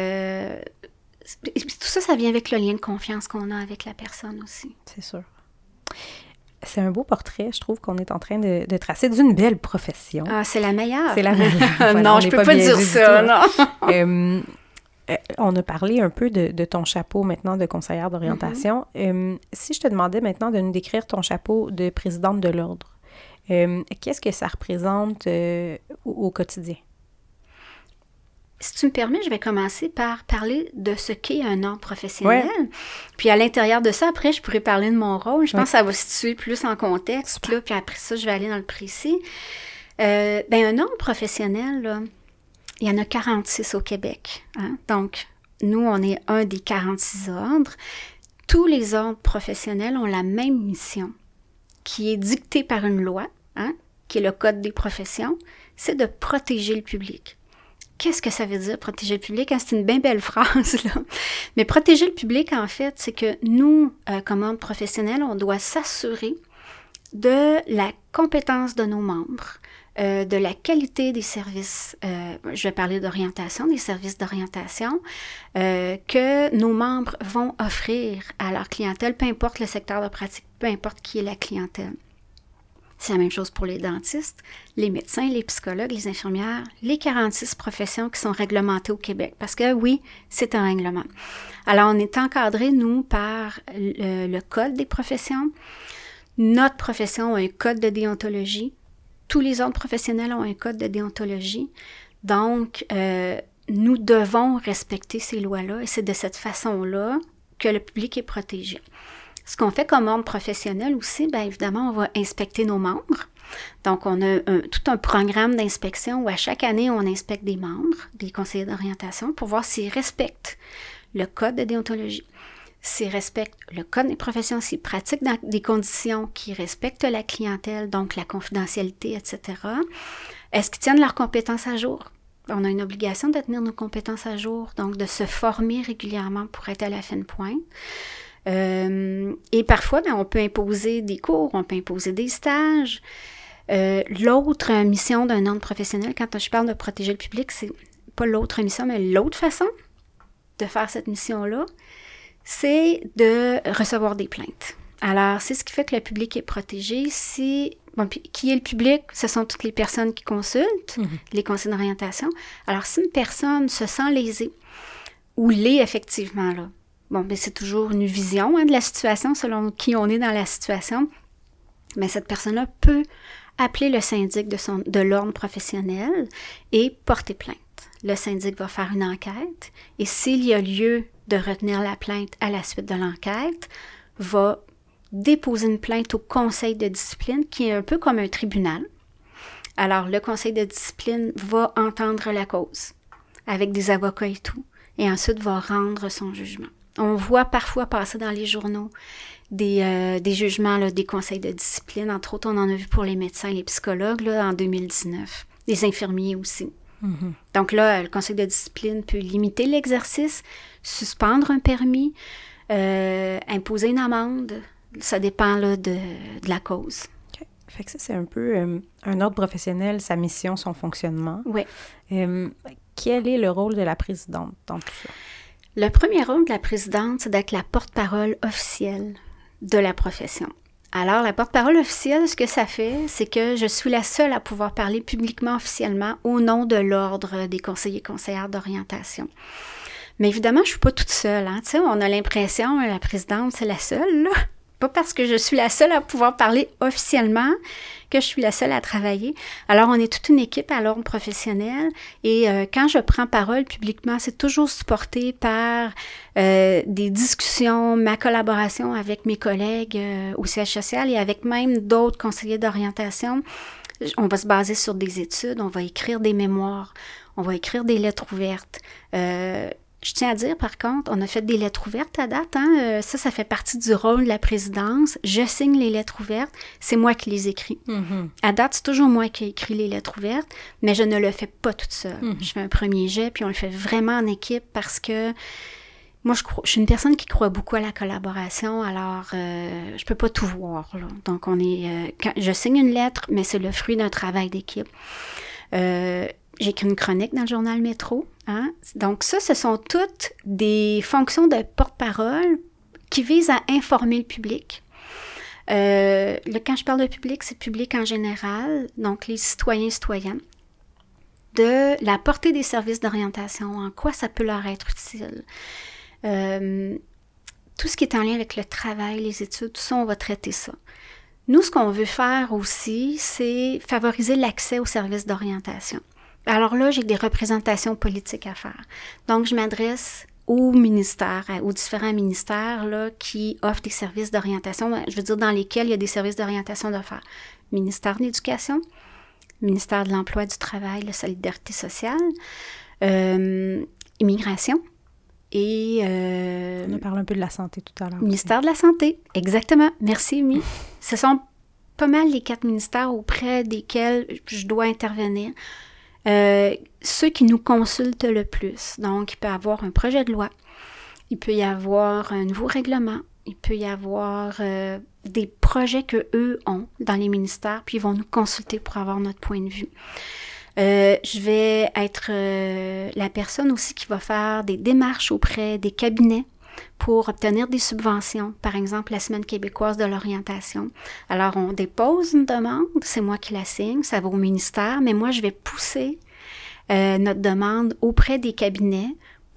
tout ça, ça vient avec le lien de confiance qu'on a avec la personne aussi. C'est sûr. C'est un beau portrait, je trouve, qu'on est en train de tracer d'une belle profession. Ah, c'est la meilleure. C'est la meilleure. Voilà, non, je peux pas dire ça, non. On a parlé un peu de ton chapeau maintenant de conseillère d'orientation. Si je te demandais maintenant de nous décrire ton chapeau de présidente de l'Ordre, qu'est-ce que ça représente au quotidien? Si tu me permets, je vais commencer par parler de ce qu'est un ordre professionnel. Ouais. Puis à l'intérieur de ça, après, je pourrais parler de mon rôle. Je pense que ça va se situer plus en contexte. Là, puis après ça, je vais aller dans le précis. Un ordre professionnel, là, il y en a 46 au Québec. Hein? Donc, nous, on est un des 46 ordres. Tous les ordres professionnels ont la même mission, qui est dictée par une loi, hein, qui est le Code des professions, c'est de protéger le public. Qu'est-ce que ça veut dire, protéger le public? C'est une bien belle phrase, là. Mais protéger le public, en fait, c'est que nous, comme ordre professionnel, on doit s'assurer de la compétence de nos membres, de la qualité des services, je vais parler d'orientation, des services d'orientation, que nos membres vont offrir à leur clientèle, peu importe le secteur de pratique, peu importe qui est la clientèle. C'est la même chose pour les dentistes, les médecins, les psychologues, les infirmières, les 46 professions qui sont réglementées au Québec. Parce que oui, c'est un règlement. Alors, on est encadré, nous, par le Code des professions. Notre profession a un code de déontologie. Tous les autres professionnels ont un code de déontologie. Donc, nous devons respecter ces lois-là et c'est de cette façon-là que le public est protégé. Ce qu'on fait comme ordre professionnel aussi, bien évidemment, on va inspecter nos membres. Donc, on a tout un programme d'inspection où à chaque année, on inspecte des membres, des conseillers d'orientation, pour voir s'ils respectent le code de déontologie, s'ils respectent le code des professions, s'ils pratiquent dans des conditions qui respectent la clientèle, donc la confidentialité, etc. Est-ce qu'ils tiennent leurs compétences à jour? On a une obligation de tenir nos compétences à jour, donc de se former régulièrement pour être à la fine pointe. Et parfois, bien, on peut imposer des cours, on peut imposer des stages. L'autre mission d'un ordre professionnel, quand je parle de protéger le public, c'est pas l'autre mission, mais l'autre façon de faire cette mission-là, c'est de recevoir des plaintes. Alors, c'est ce qui fait que le public est protégé. Qui est le public? Ce sont toutes les personnes qui consultent, les conseillers d'orientation. Alors, si une personne se sent lésée, ou l'est effectivement, là, bien, c'est toujours une vision de la situation, selon qui on est dans la situation. Mais cette personne-là peut appeler le syndic de l'ordre professionnel et porter plainte. Le syndic va faire une enquête et s'il y a lieu de retenir la plainte à la suite de l'enquête, va déposer une plainte au conseil de discipline qui est un peu comme un tribunal. Alors, le conseil de discipline va entendre la cause avec des avocats et tout et ensuite va rendre son jugement. On voit parfois passer dans les journaux des jugements là, des conseils de discipline. Entre autres, on en a vu pour les médecins et les psychologues là, en 2019. Les infirmiers aussi. Donc là, le conseil de discipline peut limiter l'exercice, suspendre un permis, imposer une amende. Ça dépend là, de la cause. Okay. Fait que ça, c'est un peu un ordre professionnel, sa mission, son fonctionnement. Oui. quel est le rôle de la présidente dans tout ça? Le premier rôle de la présidente, c'est d'être la porte-parole officielle de la profession. Alors, la porte-parole officielle, ce que ça fait, c'est que je suis la seule à pouvoir parler publiquement, officiellement, au nom de l'Ordre des conseillers et conseillères d'orientation. Mais évidemment, je ne suis pas toute seule. Hein. Tu sais, on a l'impression, la présidente, c'est la seule, là. Pas parce que je suis la seule à pouvoir parler officiellement que je suis la seule à travailler. Alors, on est toute une équipe à l'ordre professionnel et quand je prends parole publiquement, c'est toujours supporté par des discussions, ma collaboration avec mes collègues au siège social et avec même d'autres conseillers d'orientation. On va se baser sur des études, on va écrire des mémoires, on va écrire des lettres ouvertes. Je tiens à dire, par contre, on a fait des lettres ouvertes à date. Hein? Ça fait partie du rôle de la présidence. Je signe les lettres ouvertes. C'est moi qui les écris. Mm-hmm. À date, c'est toujours moi qui ai écrit les lettres ouvertes, mais je ne le fais pas toute seule. Mm-hmm. Je fais un premier jet, puis on le fait vraiment en équipe parce que moi, je suis une personne qui croit beaucoup à la collaboration, alors je peux pas tout voir. Là. Donc, je signe une lettre, mais c'est le fruit d'un travail d'équipe. J'ai écrit une chronique dans le journal Métro. Hein? Donc ça, ce sont toutes des fonctions de porte-parole qui visent à informer le public. Quand je parle de public, c'est public en général, donc les citoyens et citoyennes, de la portée des services d'orientation, en quoi ça peut leur être utile. Tout ce qui est en lien avec le travail, les études, tout ça, on va traiter ça. Nous, ce qu'on veut faire aussi, c'est favoriser l'accès aux services d'orientation. Alors là, j'ai des représentations politiques à faire. Donc, je m'adresse aux ministères, aux différents ministères là, qui offrent des services d'orientation, je veux dire dans lesquels il y a des services d'orientation d'affaires. Ministère de l'Éducation, ministère de l'Emploi, du Travail, de la Solidarité sociale, Immigration et... On a parlé un peu de la santé tout à l'heure. Ministère de la Santé, exactement. Merci, Amy. Ce sont pas mal les 4 ministères auprès desquels je dois intervenir. Ceux qui nous consultent le plus. Donc, il peut y avoir un projet de loi, il peut y avoir un nouveau règlement, il peut y avoir des projets qu'eux ont dans les ministères, puis ils vont nous consulter pour avoir notre point de vue. Je vais être la personne aussi qui va faire des démarches auprès des cabinets pour obtenir des subventions, par exemple la Semaine québécoise de l'orientation. Alors, on dépose une demande, c'est moi qui la signe, ça va au ministère, mais moi, je vais pousser notre demande auprès des cabinets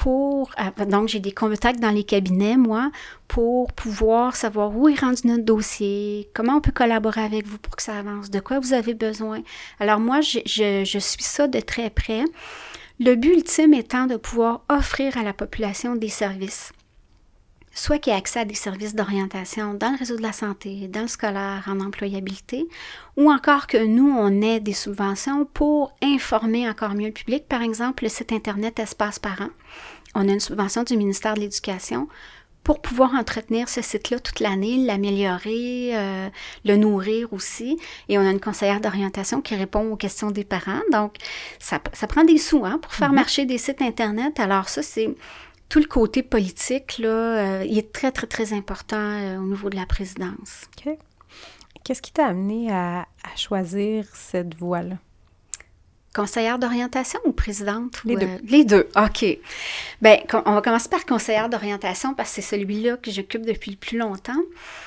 donc j'ai des contacts dans les cabinets, moi, pour pouvoir savoir où est rendu notre dossier, comment on peut collaborer avec vous pour que ça avance, de quoi vous avez besoin. Alors moi, je suis ça de très près. Le but ultime étant de pouvoir offrir à la population des services, soit qui ait accès à des services d'orientation dans le réseau de la santé, dans le scolaire, en employabilité, ou encore que nous, on ait des subventions pour informer encore mieux le public. Par exemple, le site Internet Espace Parents. On a une subvention du ministère de l'Éducation pour pouvoir entretenir ce site-là toute l'année, l'améliorer, le nourrir aussi. Et on a une conseillère d'orientation qui répond aux questions des parents. Donc, ça prend des sous pour faire marcher des sites Internet. Alors ça, c'est... Tout le côté politique, là, il est très, très, très important au niveau de la présidence. OK. Qu'est-ce qui t'a amené à choisir cette voie-là? Conseillère d'orientation ou présidente? Les deux. Les deux, OK. Bien, on va commencer par conseillère d'orientation parce que c'est celui-là que j'occupe depuis le plus longtemps.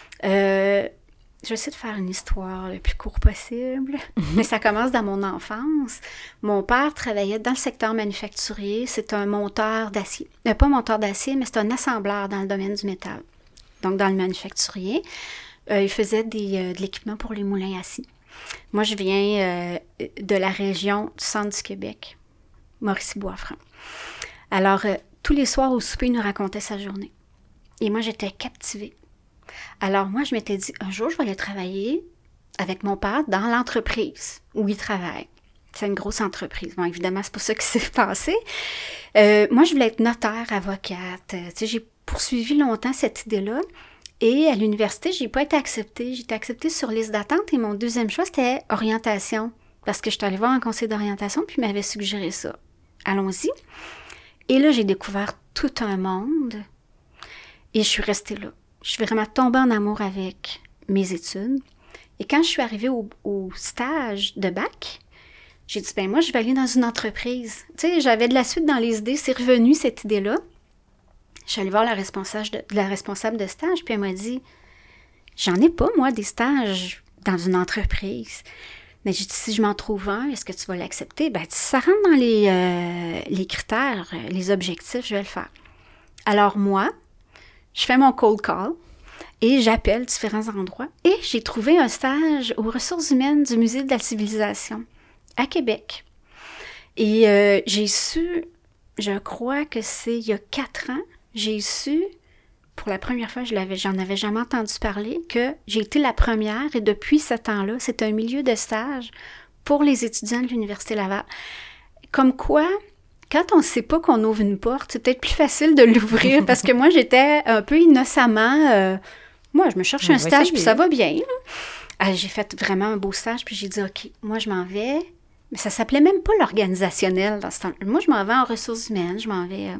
Je vais essayer de faire une histoire le plus court possible, mais ça commence dans mon enfance. Mon père travaillait dans le secteur manufacturier. C'est un monteur d'acier. Pas monteur d'acier, mais c'est un assembleur dans le domaine du métal. Donc, dans le manufacturier. Il faisait de l'équipement pour les moulins à scie. Moi, je viens de la région du centre du Québec, Mauricie-Boisfranc. Alors, tous les soirs au souper, il nous racontait sa journée. Et moi, j'étais captivée. Alors, moi, je m'étais dit, un jour, je vais aller travailler avec mon père dans l'entreprise où il travaille. C'est une grosse entreprise. Bon, évidemment, c'est pas ça qui s'est passé. Moi, je voulais être notaire, avocate. Tu sais, j'ai poursuivi longtemps cette idée-là. Et à l'université, j'ai pas été acceptée. J'ai été acceptée sur liste d'attente et mon deuxième choix, c'était orientation. Parce que je suis allée voir un conseiller d'orientation puis il m'avait suggéré ça. Allons-y. Et là, j'ai découvert tout un monde et je suis restée là. Je suis vraiment tombée en amour avec mes études. Et quand je suis arrivée au stage de bac, J'ai dit, ben moi, je vais aller dans une entreprise. Tu sais, j'avais de la suite dans les idées. C'est revenu, cette idée-là. Je suis allée voir la responsable de stage, puis elle m'a dit, j'en ai pas, moi, des stages dans une entreprise. Mais j'ai dit, si je m'en trouve un, est-ce que tu vas l'accepter? Ben, si ça rentre dans les critères, les objectifs, je vais le faire. Alors moi, je fais mon cold call et j'appelle différents endroits. Et j'ai trouvé un stage aux ressources humaines du Musée de la civilisation à Québec. Et j'ai su, je crois que c'est il y a 4 ans, j'ai su, pour la première fois, j'en avais jamais entendu parler, que j'ai été la première et depuis ce temps-là, c'est un milieu de stage pour les étudiants de l'Université Laval. Comme quoi, quand on ne sait pas qu'on ouvre une porte, c'est peut-être plus facile de l'ouvrir parce que moi, j'étais un peu innocemment... moi, je me cherche un stage puis ça va bien. J'ai fait vraiment un beau stage puis j'ai dit, OK, moi, je m'en vais... Mais ça s'appelait même pas l'organisationnel dans ce temps. Moi, je m'en vais en ressources humaines, je m'en vais...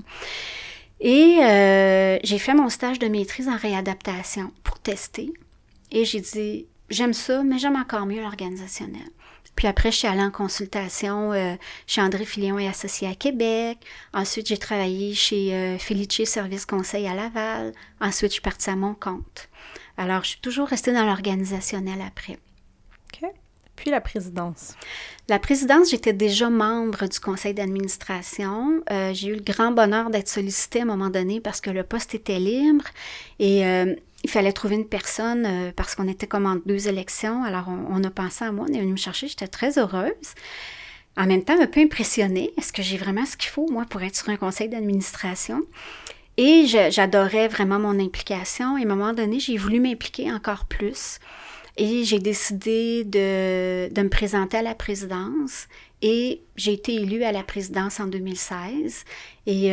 Et j'ai fait mon stage de maîtrise en réadaptation pour tester. Et j'ai dit, j'aime ça, mais j'aime encore mieux l'organisationnel. Puis après, je suis allée en consultation chez André Filion et Associés à Québec. Ensuite, j'ai travaillé chez Felice Service Conseil à Laval. Ensuite, je suis partie à mon compte. Alors, je suis toujours restée dans l'organisationnel après. OK. Puis la présidence. La présidence, j'étais déjà membre du conseil d'administration. J'ai eu le grand bonheur d'être sollicitée à un moment donné parce que le poste était libre et il fallait trouver une personne parce qu'on était comme en 2 élections. Alors, on a pensé à moi, on est venu me chercher, j'étais très heureuse. En même temps, un peu impressionnée. Est-ce que j'ai vraiment ce qu'il faut, moi, pour être sur un conseil d'administration? Et j'adorais vraiment mon implication. Et à un moment donné, j'ai voulu m'impliquer encore plus. Et j'ai décidé de me présenter à la présidence et j'ai été élue à la présidence en 2016. Et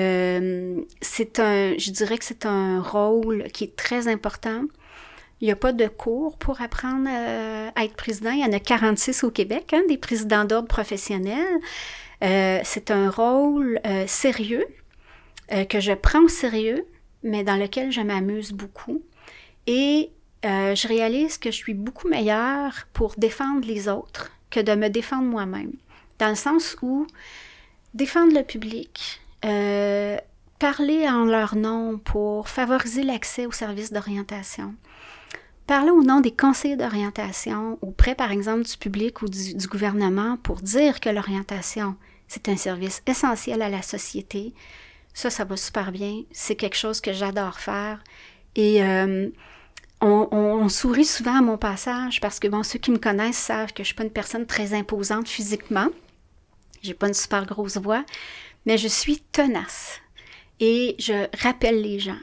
je dirais que c'est un rôle qui est très important. Il n'y a pas de cours pour apprendre à être président. Il y en a 46 au Québec, des présidents d'ordre professionnels. C'est un rôle sérieux, que je prends au sérieux, mais dans lequel je m'amuse beaucoup. Et je réalise que je suis beaucoup meilleure pour défendre les autres que de me défendre moi-même. Dans le sens où défendre le public, parler en leur nom pour favoriser l'accès aux services d'orientation, parler au nom des conseillers d'orientation auprès, par exemple, du public ou du gouvernement pour dire que l'orientation, c'est un service essentiel à la société. Ça va super bien. C'est quelque chose que j'adore faire. Et on sourit souvent à mon passage parce que, ceux qui me connaissent savent que je ne suis pas une personne très imposante physiquement. Je n'ai pas une super grosse voix, mais je suis tenace. Et je rappelle les gens,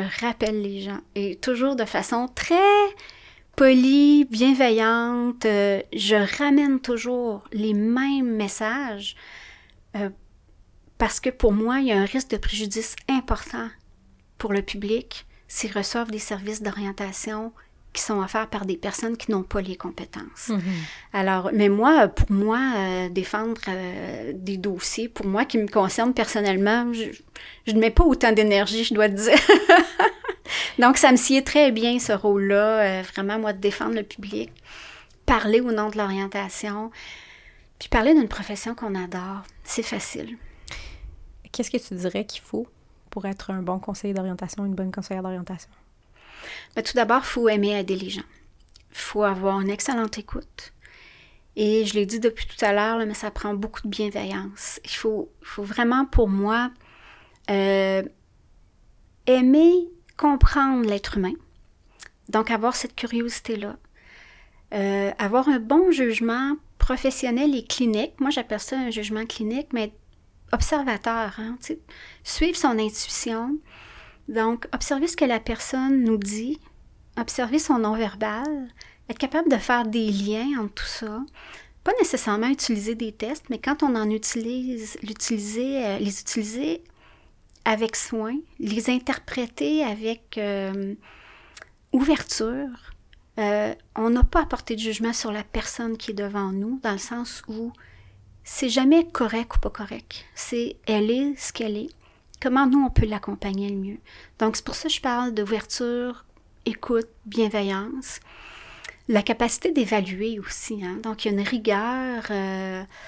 et toujours de façon très polie, bienveillante. Je ramène toujours les mêmes messages parce que pour moi, il y a un risque de préjudice important pour le public s'ils reçoivent des services d'orientation qui sont offerts par des personnes qui n'ont pas les compétences. Mm-hmm. Alors, mais pour moi, défendre des dossiers, pour moi, qui me concernent personnellement, je ne mets pas autant d'énergie, je dois te dire. Donc, ça me sied très bien, ce rôle-là, vraiment, moi, de défendre le public, parler au nom de l'orientation, puis parler d'une profession qu'on adore, c'est facile. Qu'est-ce que tu dirais qu'il faut pour être un bon conseiller d'orientation, une bonne conseillère d'orientation? Bien, tout d'abord, il faut aimer aider les gens. Il faut avoir une excellente écoute. Et je l'ai dit depuis tout à l'heure, mais ça prend beaucoup de bienveillance. Il faut vraiment, pour moi, aimer comprendre l'être humain. Donc, avoir cette curiosité-là. Avoir un bon jugement professionnel et clinique. Moi, j'appelle ça un jugement clinique, mais observateur. Suivre son intuition. Donc, observer ce que la personne nous dit, observer son non-verbal, être capable de faire des liens entre tout ça. Pas nécessairement utiliser des tests, mais quand on en utilise, les utiliser avec soin, les interpréter avec ouverture. On n'a pas à porter de jugement sur la personne qui est devant nous, dans le sens où c'est jamais correct ou pas correct. Elle est ce qu'elle est. Comment nous, on peut l'accompagner le mieux. Donc, c'est pour ça que je parle d'ouverture, écoute, bienveillance. La capacité d'évaluer aussi. Donc, il y a une rigueur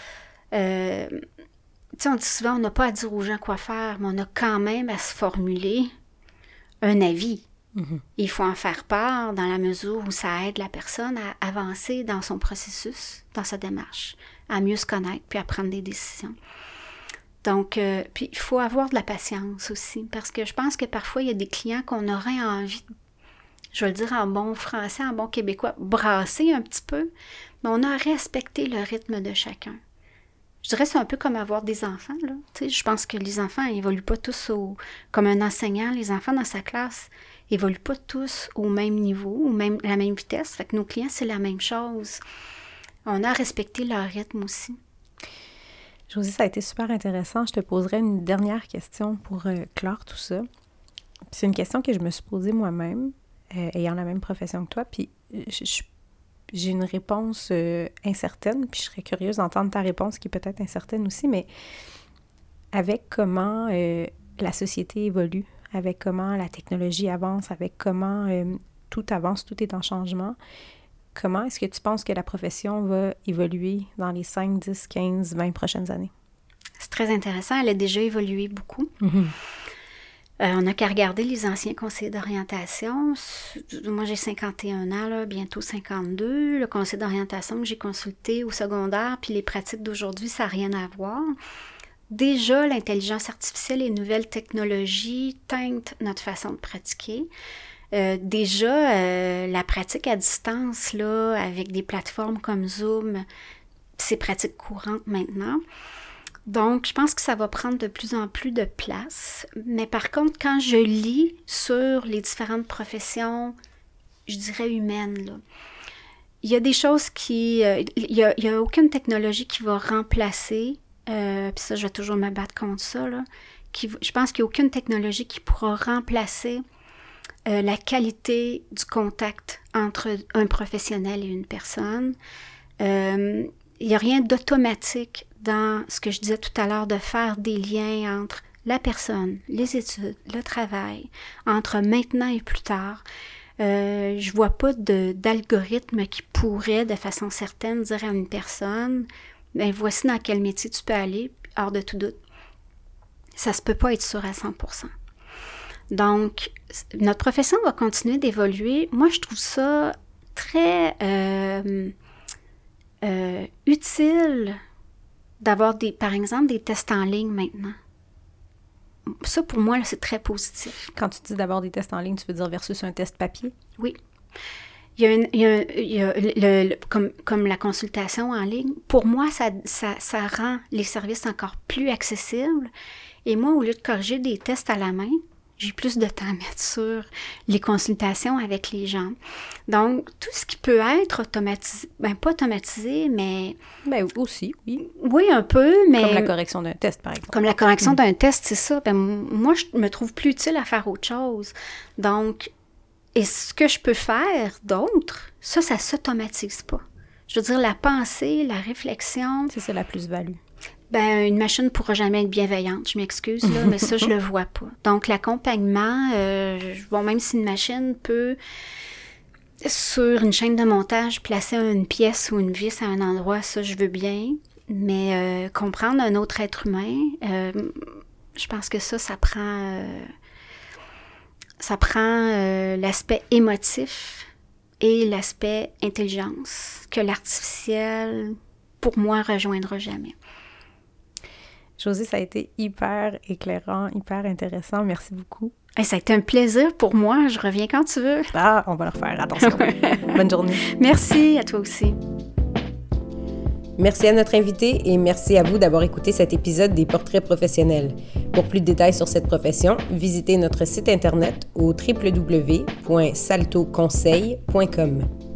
on dit souvent, on n'a pas à dire aux gens quoi faire, mais on a quand même à se formuler un avis. Mm-hmm. Il faut en faire part dans la mesure où ça aide la personne à avancer dans son processus, dans sa démarche, à mieux se connaître, puis à prendre des décisions. Donc, puis il faut avoir de la patience aussi, parce que je pense que parfois, il y a des clients qu'on aurait envie, je vais le dire en bon français, en bon québécois, brasser un petit peu, mais on a respecté le rythme de chacun. Je dirais que c'est un peu comme avoir des enfants, là. Tu sais, je pense que les enfants n'évoluent pas tous comme un enseignant. Les enfants dans sa classe n'évoluent pas tous au même niveau, ou même à la même vitesse. Fait que nos clients, c'est la même chose. On a respecté leur rythme aussi. Josie, ça a été super intéressant. Je te poserai une dernière question pour clore tout ça. Puis c'est une question que je me suis posée moi-même, ayant la même profession que toi. Puis j'ai une réponse incertaine, puis je serais curieuse d'entendre ta réponse qui est peut-être incertaine aussi, mais avec comment la société évolue, avec comment la technologie avance, avec comment tout avance, tout est en changement, comment est-ce que tu penses que la profession va évoluer dans les 5, 10, 15, 20 prochaines années? C'est très intéressant. Elle a déjà évolué beaucoup. Mm-hmm. On n'a qu'à regarder les anciens conseillers d'orientation. Moi, j'ai 51 ans, là, bientôt 52. Le conseiller d'orientation que j'ai consulté au secondaire, puis les pratiques d'aujourd'hui, ça n'a rien à voir. Déjà, l'intelligence artificielle et les nouvelles technologies teintent notre façon de pratiquer. La pratique à distance, là, avec des plateformes comme Zoom, c'est pratique courante maintenant. Donc, je pense que ça va prendre de plus en plus de place. Mais par contre, quand je lis sur les différentes professions, je dirais humaines, là, il y a des choses qui... il y a aucune technologie qui va remplacer, puis ça, je vais toujours me battre contre ça, là, je pense qu'il n'y a aucune technologie qui pourra remplacer la qualité du contact entre un professionnel et une personne. Il n'y a rien d'automatique dans ce que je disais tout à l'heure, de faire des liens entre la personne, les études, le travail, entre maintenant et plus tard. Je vois pas d'algorithme qui pourrait, de façon certaine, dire à une personne, ben voici dans quel métier tu peux aller, hors de tout doute. Ça se peut pas être sûr à 100%. Donc, notre profession va continuer d'évoluer. Moi, je trouve ça très utile d'avoir, par exemple, des tests en ligne maintenant. Ça, pour moi, là, c'est très positif. Quand tu dis d'avoir des tests en ligne, tu veux dire versus un test papier? Oui. Il y a comme la consultation en ligne. Pour moi, ça rend les services encore plus accessibles. Et moi, au lieu de corriger des tests à la main, j'ai plus de temps à mettre sur les consultations avec les gens. Donc, tout ce qui peut être automatisé, pas automatisé, mais... aussi, oui. Oui, un peu, mais... Comme la correction d'un test, par exemple. Comme la correction d'un test, c'est ça. Moi, je me trouve plus utile à faire autre chose. Donc, et ce que je peux faire d'autre, ça s'automatise pas. Je veux dire, la pensée, la réflexion... C'est ça la plus-value. Une machine ne pourra jamais être bienveillante, je m'excuse, là, mais ça, je le vois pas. Donc, l'accompagnement, même si une machine peut, sur une chaîne de montage, placer une pièce ou une vis à un endroit, ça, je veux bien, mais comprendre un autre être humain, je pense que ça prend l'aspect émotif et l'aspect intelligence que l'artificiel, pour moi, rejoindra jamais. Josie, ça a été hyper éclairant, hyper intéressant. Merci beaucoup. Ça a été un plaisir pour moi. Je reviens quand tu veux. On va le refaire. Attention. Bonne journée. Merci, à toi aussi. Merci à notre invité et merci à vous d'avoir écouté cet épisode des Portraits professionnels. Pour plus de détails sur cette profession, visitez notre site internet au www.saltoconseil.com.